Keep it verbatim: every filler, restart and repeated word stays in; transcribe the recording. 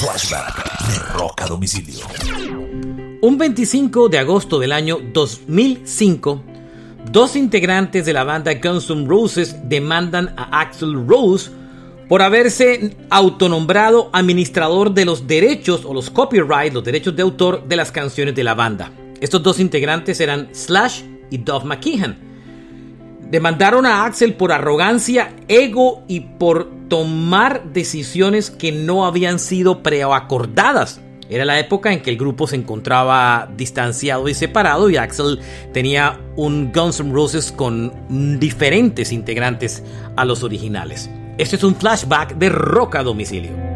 Flashback de Rock a Domicilio. Un veinticinco de agosto del año dos mil cinco, dos integrantes de la banda Guns N' Roses demandan a Axl Rose por haberse autonombrado administrador de los derechos o los copyright, los derechos de autor de las canciones de la banda. Estos dos integrantes eran Slash y Duff McKagan. Demandaron a Axl por arrogancia, ego y por tomar decisiones que no habían sido preacordadas. Era la época en que el grupo se encontraba distanciado y separado y Axl tenía un Guns N' Roses con diferentes integrantes a los originales. Este es un flashback de Rock a Domicilio.